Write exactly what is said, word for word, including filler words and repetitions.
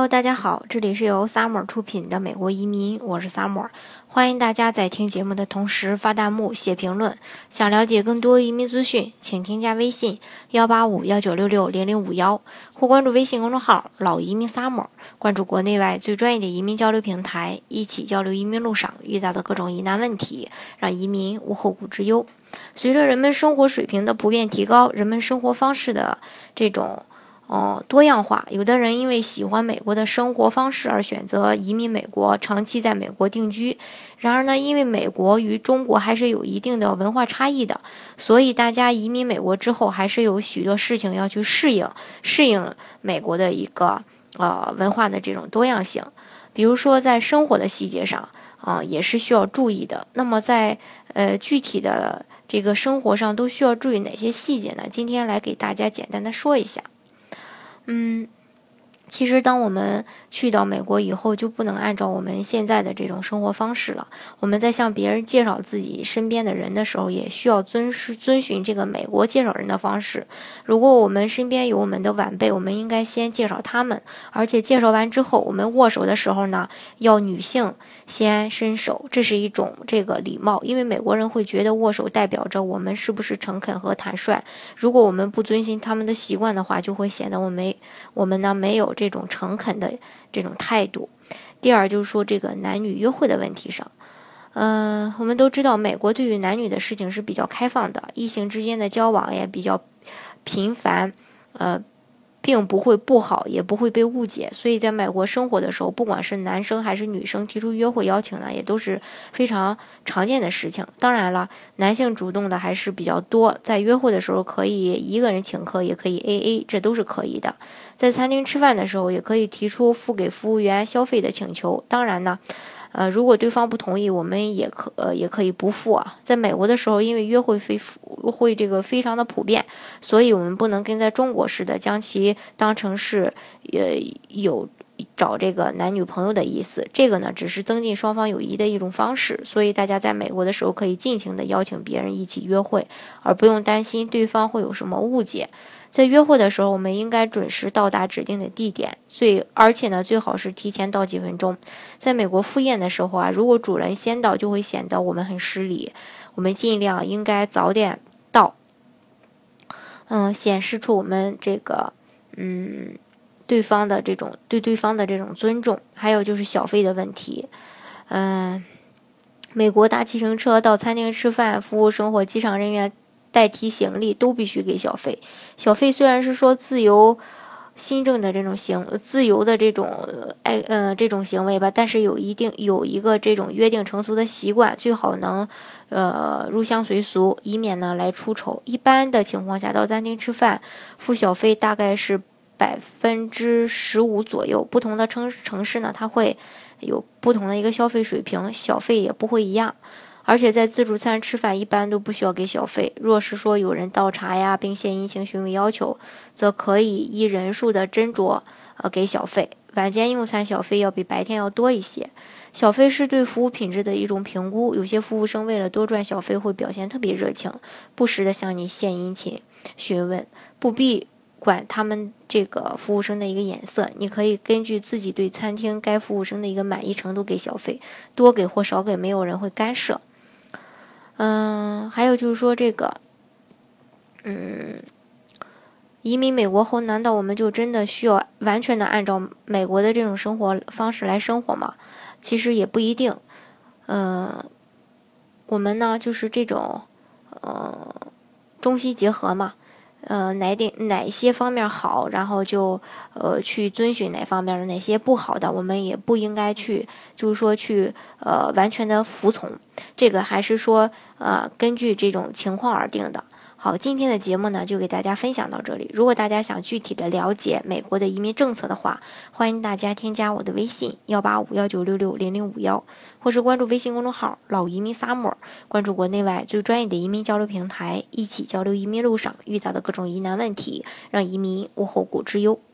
大家好，这里是由 Summer 出品的美国移民，我是 Summer， 欢迎大家在听节目的同时发弹幕、写评论。想了解更多移民资讯，请添加微信幺八五幺九六六零零五幺，或关注微信公众号老移民 Summer， 关注国内外最专业的移民交流平台，一起交流移民路上遇到的各种疑难问题，让移民无后顾之忧。随着人们生活水平的普遍提高，人们生活方式的这种哦，多样化，有的人因为喜欢美国的生活方式而选择移民美国，长期在美国定居。然而呢，因为美国与中国还是有一定的文化差异的，所以大家移民美国之后，还是有许多事情要去适应，适应美国的一个呃文化的这种多样性。比如说在生活的细节上啊、呃，也是需要注意的。那么在呃具体的这个生活上都需要注意哪些细节呢？今天来给大家简单的说一下。嗯，其实当我们去到美国以后，就不能按照我们现在的这种生活方式了。我们在向别人介绍自己身边的人的时候，也需要遵遵循这个美国介绍人的方式。如果我们身边有我们的晚辈，我们应该先介绍他们，而且介绍完之后，我们握手的时候呢，要女性先伸手，这是一种这个礼貌，因为美国人会觉得握手代表着我们是不是诚恳和坦率。如果我们不遵循他们的习惯的话，就会显得我们我们呢没有这种诚恳的这种态度。第二就是说这个男女约会的问题上，嗯、呃，我们都知道美国对于男女的事情是比较开放的，异性之间的交往也比较频繁，呃。并不会不好，也不会被误解，所以在美国生活的时候，不管是男生还是女生提出约会邀请呢，也都是非常常见的事情。当然了，男性主动的还是比较多，在约会的时候可以一个人请客，也可以 A A， 这都是可以的。在餐厅吃饭的时候，也可以提出付给服务员消费的请求。当然呢，呃，如果对方不同意，我们也可呃也可以不付啊。在美国的时候，因为约会非会这个非常的普遍，所以我们不能跟在中国似的将其当成是呃有找这个男女朋友的意思。这个呢，只是增进双方友谊的一种方式。所以大家在美国的时候可以尽情的邀请别人一起约会，而不用担心对方会有什么误解。在约会的时候，我们应该准时到达指定的地点，最而且呢，最好是提前到几分钟。在美国赴宴的时候啊，如果主人先到，就会显得我们很失礼。我们尽量应该早点到，嗯，显示出我们这个嗯对方的这种对对方的这种尊重。还有就是小费的问题，嗯，美国搭计程车到餐厅吃饭，服务生或机场人员代提行李都必须给小费。小费虽然是说自由新政的这种行自由的这种哎呃这种行为吧，但是有一定有一个这种约定成俗的习惯，最好能呃入乡随俗，以免呢来出丑。一般的情况下，到餐厅吃饭付小费大概是百分之十五左右。不同的城城市呢，它会有不同的一个消费水平，小费也不会一样。而且在自助餐吃饭一般都不需要给小费，若是说有人倒茶呀，并献殷勤询问要求，则可以依人数的斟酌呃给小费。晚间用餐小费要比白天要多一些。小费是对服务品质的一种评估，有些服务生为了多赚小费会表现特别热情，不时的向你献殷勤询问，不必管他们这个服务生的一个眼色，你可以根据自己对餐厅该服务生的一个满意程度给小费，多给或少给没有人会干涉。嗯，还有就是说这个，嗯，移民美国后，难道我们就真的需要完全的按照美国的这种生活方式来生活吗？其实也不一定。呃，我们呢就是这种，呃，中西结合嘛。呃，哪点哪些方面好，然后就呃去遵循哪方面的，哪些不好的，我们也不应该去，就是说去呃完全的服从。这个还是说呃根据这种情况而定的。好，今天的节目呢就给大家分享到这里。如果大家想具体的了解美国的移民政策的话，欢迎大家添加我的微信幺八五幺九六六零零五幺，或是关注微信公众号老移民 Summer， 关注国内外最专业的移民交流平台，一起交流移民路上遇到的各种疑难问题，让移民无后顾之忧。